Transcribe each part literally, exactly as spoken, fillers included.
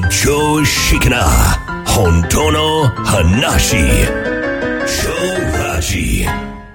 常識な本当の話。超ラジ。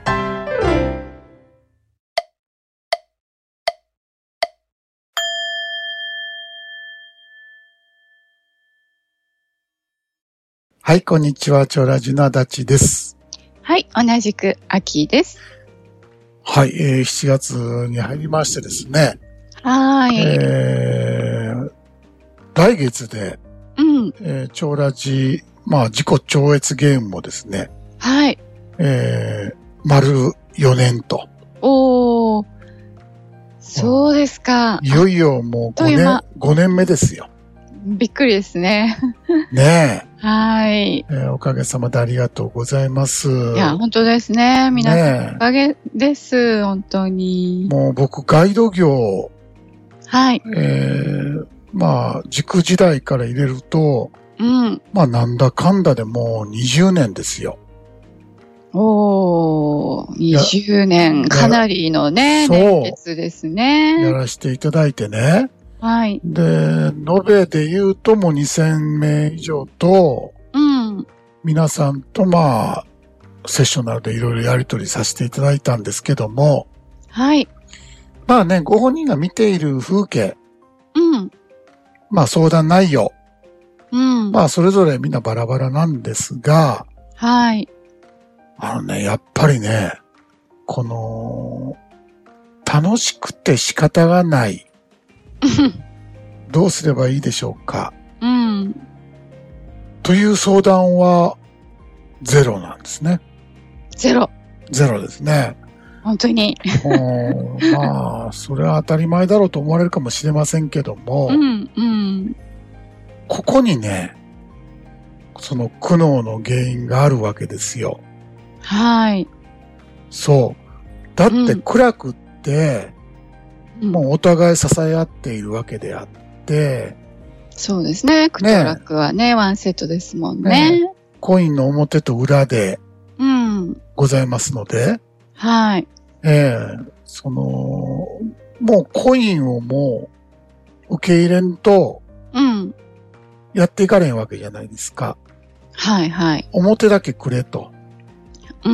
はい、こんにちは。超ラジの足立です。 はい、同じく秋です。 はい、えー、しちがつに入りましてですね。 はい。 えー、来月で、 うん。 えー、超ラジ、まあ、自己超越ゲームもですね。 はい。 えー、丸よねんと。 おー、そうですか。 いよいよもうごねん、ごねんめですよ。 びっくりですね。 ねえ。 はい、 えー。おかげさまでありがとうございます。 いや、本当ですね。皆さん、おかげです。本当に。 もう僕、ガイド業、 はい。 えー、まあ、塾時代から入れると、 うん。 まあ、なんだかんだでもうにじゅうねんですよ。 おー、にじゅうねん。かなりのね、年月ですね。 やらせていただいてね。 はい。 で、延べで言うともうにせんめい以上と、 うん。 皆さんとまあ、セッショナルでいろいろやり取りさせていただいたんですけども。 はい。 まあね、ご本人が見ている風景。 うん。 まあ相談内容。 うん。 まあそれぞれみんなバラバラなんですが。 はい。 あのね、やっぱりね、この、楽しくて仕方がない。どうすればいいでしょうか。 うん。 という相談はゼロなんですね。 ゼロ。 ゼロですね。 本当に。 まあ、それは当たり前だろうと思われるかもしれませんけども、 うんうん、 ここにね、その苦悩の原因があるわけですよ。 はい。 そう。だって苦楽って、うん、もうお互い支え合っているわけであって、 そうですね。苦と楽はね、ねワンセットですもんね。ねコインの表と裏でございますので、うん、 はい。 ええー、その、もうコインをもう受け入れんと、 うん。 やっていかれんわけじゃないですか。 はいはい。 表だけくれと。 うん。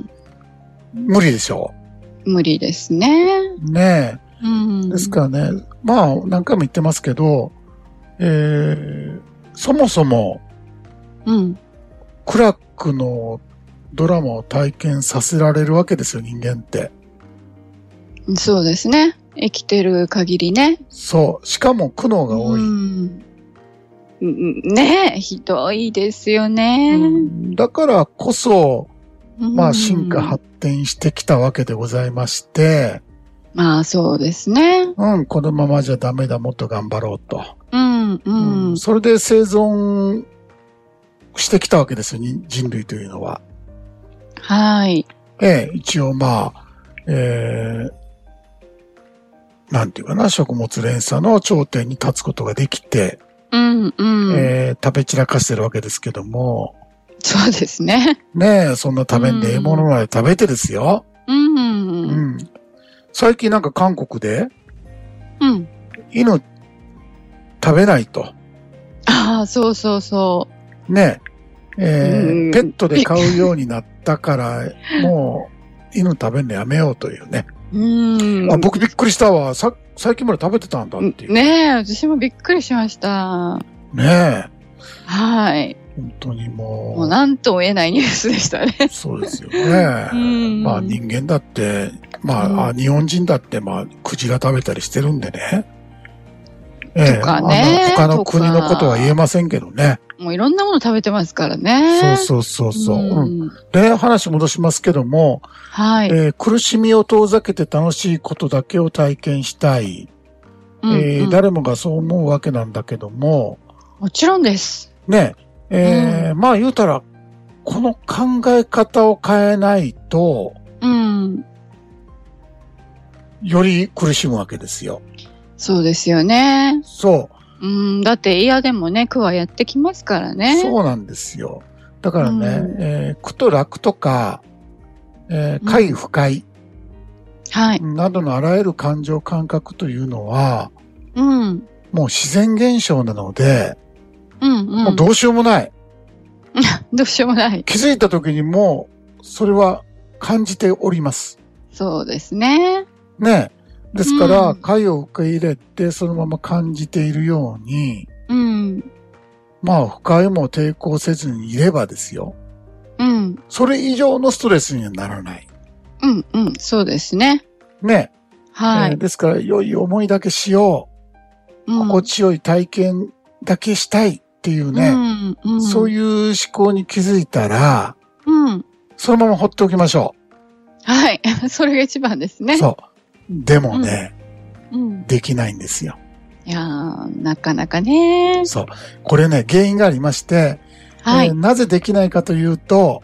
無理でしょう。無理ですね。 ねえ。 うん。 ですからね、まあ何回も言ってますけど、えー、そもそも、 うん。 苦楽のドラマを体験させられるわけですよ、人間って。 そうですね。生きてる限りね。 そう。しかも苦悩が多い。 うんねえ、ひどいですよね。 うん、だからこそ、まあ進化発展してきたわけでございまして。 まあそうですね。 うん、このままじゃダメだ、もっと頑張ろうと。 うん、うん、うん。 それで生存してきたわけですよ、人類というのは。 はい。 ええ、一応まあ、えー、なんていうかな、食物連鎖の頂点に立つことができて、 うんうん、 えー、食べ散らかしてるわけですけども。 そうですね。 ねえ、そんな食べんでええものまで食べてですよ。 うん、 うん。最近なんか韓国で、 うん。 犬食べないと。 ああ、そうそうそう。 ねえ、えー、ペットで飼うようになったから、もう犬食べんのやめようというね。 うん。 あ、僕びっくりしたわ。さ、最近まで食べてたんだっていう。 ねえ、私もびっくりしました。 ねえ。 はい。 本当にもう。 もう何とも言えないニュースでしたね。 そうですよね。まあ人間だって、まあ、うん、あ日本人だってまあ、クジラ食べたりしてるんでね。 ええ、とかね。 他の国のことは言えませんけどね。 もういろんなもの食べてますからね。 そうそうそうそう。うん、で、話戻しますけども、 はい。 えー、苦しみを遠ざけて楽しいことだけを体験したい。うんうん、えー、誰もがそう思うわけなんだけども。 もちろんです。 ね。えー、うん、まあ言うたら、この考え方を変えないと、 うん、 より苦しむわけですよ。 そうですよね。 そう。 うん、だって嫌でもね、苦はやってきますからね。 そうなんですよ。だからね、うんえー、苦と楽とか、えー、快不快、 うん、はい。 などのあらゆる感情感覚というのは、 うん、 もう自然現象なので、 うん。 もうどうしようもない。 どうしようもない。 気づいた時にもう、それは感じております。 そうですね。 ね。ですから、 うん快を受け入れて、そのまま感じているように、 うん。 まあ、不快も抵抗せずにいればですよ。 うん。 それ以上のストレスにはならない。 うん。うん。そうですね。 ね。 はい。 えーですから、良い思いだけしよう。 うん心地よい体験だけしたいっていうね。 うん。うん。 そういう思考に気づいたら、 うん。 そのまま放っておきましょはい。それが一番ですう。 ね。 そう。でもね、 うん。 できないんですよ。 いやー、なかなかね。 そう。これね、原因がありまして、 はい。 えーなぜできないかというと、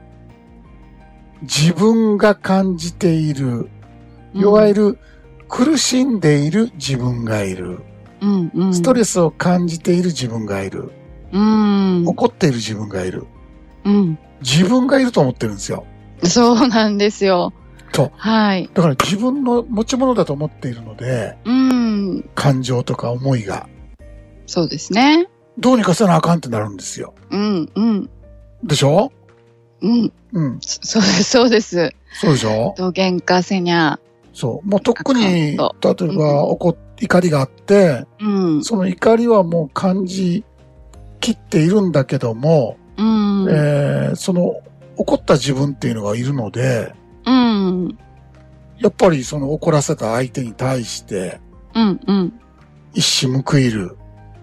自分が感じている、いわゆる苦しんでいる自分がいる、 うん。うん。 ストレスを感じている自分がいる、 うん。 怒っている自分がいる、 うん。 自分がいると思ってるんですよ。 そうなんですよ。 そう。 はい。 だから自分の持ち物だと思っているので、 うん。 感情とか思いが、 そうですね。 どうにかせなあかんってなるんですよ。 うん。うん。 でしょ？ うん。 うん。 そそうです。そうです。 そうでしょ？ と喧嘩せにゃ。 そう。もう特に、例えあば、 うん怒っ、怒りがあって、 うん。 その怒りはもう感じ切っているんだけども、 うん。 えーその怒った自分っていうのがいるので、 うん。 やっぱりその怒らせた相手に対してうん。うん。 一矢報いる。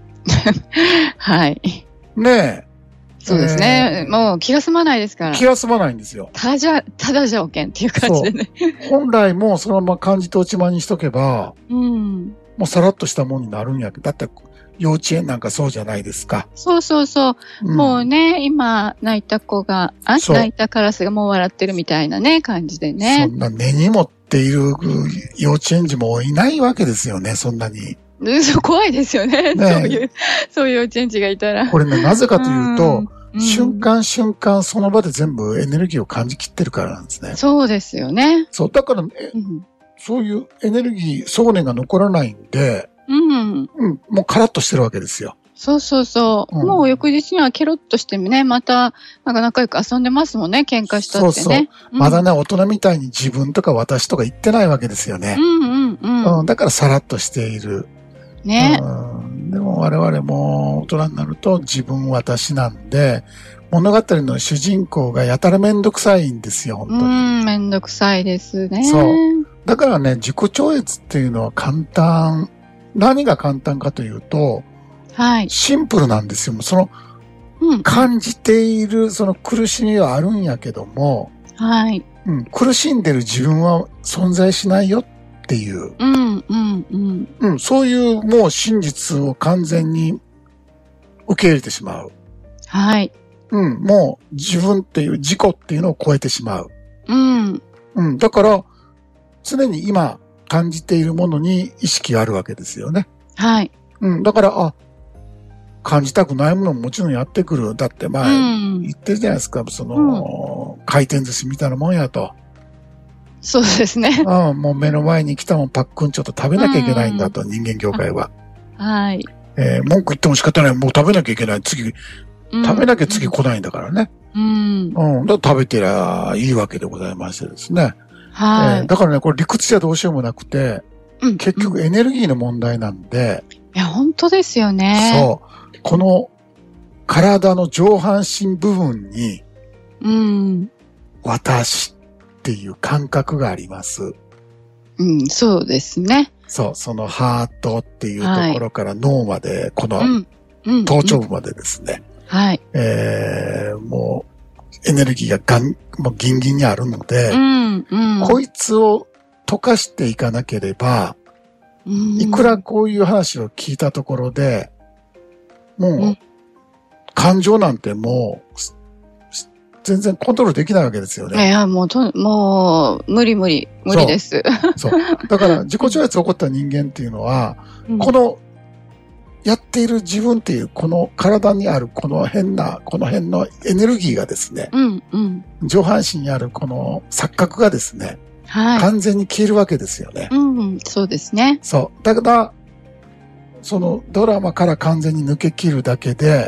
はい。 ねそうですね。 えーもう気が済まないですかえ。 ら。 気が済まないんですよ。 たじゃ、ただ条件っていう感じでね。 本来もそのまま感じて落ちまにしとけば、 うん。 もうさらっとしたもんになるんやけど、だって幼稚園なんかそうじゃないですか。 そうそうそう。 うんもうね、今、泣いた子が、あそう泣いたカラスがもう笑ってるみたいなね、感じでねそ。んな根に持っている幼稚園児もいないわけですよね、そんなに。 うんそう怖いですよね。 ねそういう、そういう幼稚園児がいたら。 これね、なぜかというと、 うん瞬間瞬間その場で全部エネルギーを感じきってるからなんですね。 そうですよね。 そう、だから、えうん。 そういうエネルギー、想念が残らないんで、 うん。 うん、もうカラッとしてるわけですよ。 そうそうそう。 うんもう翌日にはケロッとしてね、また、なんか仲良く遊んでますもんね、喧嘩したってね。 そうそうまだね、大人みたいに自分とか私とか言ってないわけですよねう。んうんうん。 うん、だからさらっとしている。 ね。 うん、でも我々も大人になると自分私なんで、物語の主人公がやたらめんどくさいんですよ、本当うに。 ん、めんどくさいですね。 そうだからね、自己超越っていうのは簡単。何が簡単かというと、 はい。 シンプルなんですよ。そのうん。 感じているその苦しみはあるんやけども、 はい。 うん、苦しんでる自分は存在しないよっていう、 うん、うん、うん。 うん、そういうもう真実を完全に受け入れてしまう。 はい。 うん、もう自分っていう自己っていうのを超えてしまう。 うん。 うん、だから常に今感じているものに意識があるわけですよね。 はい。 うん、だから、あ、感じたくないものももちろんやってくる。だってまうあ、 ん言。ってるじゃないですか。その、回転寿司みたいなもんやと。 そうですね。 うん、もう目の前に来たもんパックンちょっと食べなきゃいけないんだと、人間業界は。 はい。 えー文句言っても仕方ない。もう食べなきゃいけない。次、 うん食べなきゃ次来ないんだからね。 うん。 うん。だから食べてりゃいいわけでございましてですね。 はい。 えーだからね、これ理屈じゃどうしようもなくて、 うん結局エネルギーの問題なんで、 いや、本当ですよね。 そう。この体の上半身部分にう。うん。 私っていう感覚があります。 うん、そうですね。 そう。そのハートっていうところから脳まで、このうん。うん。 頭頂部までですね、 はい。 えー、もうエネルギーがガン、もうギンギンにあるので、 うん。うん。 こいつを溶かしていかなければ、 うんいくらこういう話を聞いたところで、もう、 うん感情なんてもう、す全然コントロールできないわけですよいね。 や、もうと、もう、無理無理、無理です。 そう。だから、自己超越起こった人間っていうのは、 うんこの、やっている自分っていう、この体にあるこの変な、この辺のエネルギーがですね、 うん、うん。 上半身にあるこの錯覚がですね、 はい。 完全に消えるわけですよね。 うん、そうですね。 そう。だから、そのドラマから完全に抜け切るだけで、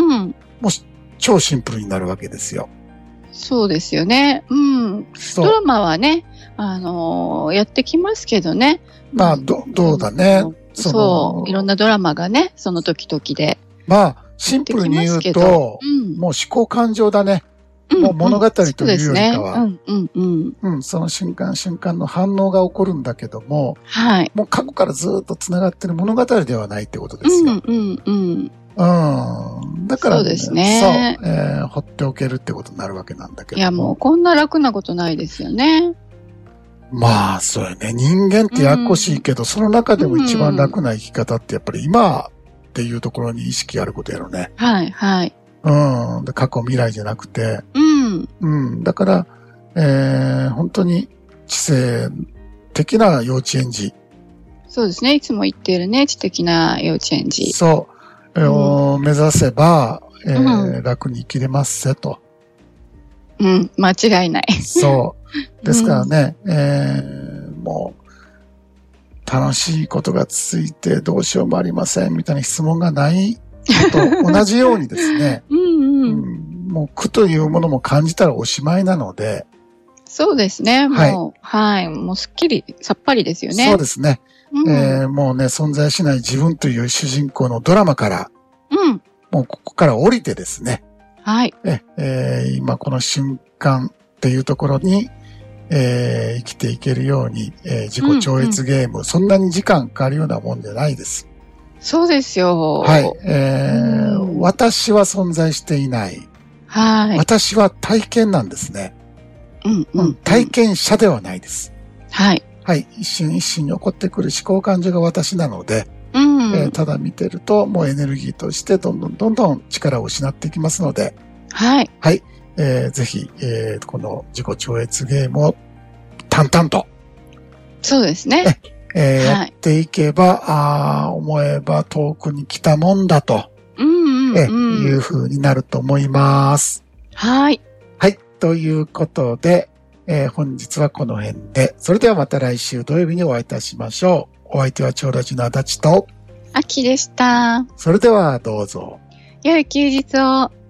うん。 もう超シンプルになるわけですよ。 そうですよね。うん。ドラマはね、あのー、やってきますけどね。 まあ、ど、どうだね。 そそう。いろんなドラマがね、その時々で。 まあ、シンプルに言うと、うん、もう思考感情だね。うん、もう物語というよりかは。 うん、うん、うん。 うん、その瞬間瞬間の反応が起こるんだけども、 はい。 もう過去からずっと繋がってる物語ではないってことですよ。 うん、うん、うん。 うん。だから、ね、 そうですね。 そう、えー、放っておけるってことになるわけなんだけども。 いや、もうこんな楽なことないですよね。 まあ、そうやね。人間ってやっこしいけど、うん、その中でも一番楽な生き方ってやっぱり今っていうところに意識あることやろね。 はい、はい。 うん。で過去未来じゃなくて。 うん。 うん。だから、えー、本当に知性的な幼稚園児。 そうですね。いつも言っているね。知的な幼稚園児。 そう。えーうん、目指せば、えーうん、 楽に生きれますせと。 うん。間違いない。 そう。ですからね、うん、えー、もう、楽しいことが続いてどうしようもありませんみたいな質問がないのと同じようにですね、 うんうんうん、もう苦というものも感じたらおしまいなので、 そうですね。もう、はい。はい。もうすっきり、さっぱりですよね。 そうですね。 うん、 えー、もうね、存在しない自分という主人公のドラマから、 うん。 もうここから降りてですね、 はい。 え、えー、今この瞬間っていうところに、えー、生きていけるように、えー、自己超越ゲーム、うんうん、そんなに時間かかるようなもんじゃないです。 そうですよ。 はい。えーうん、私は存在していない。 はい。 私は体験なんですね。 うんうんうん、 体験者ではないです。 はい。 はい。一瞬一瞬に起こってくる思考感情が私なので、 うんえー、ただ見てると、もうエネルギーとしてどんどんどんどん力を失っていきますので、 はい。 はい。えー、ぜひ、えー、この自己超越ゲームを淡々と。 そうですね。 えーはい、やっていけば、ああ、思えば遠くに来たもんだと、 うんうんうん、 えいう風になると思います。 はい。 はい。ということで、えー、本日はこの辺で、それではまた来週土曜日にお会いいたしましょう。お相手は超ラジの足立と、 あきでした。 それではどうぞ。 良い休日を。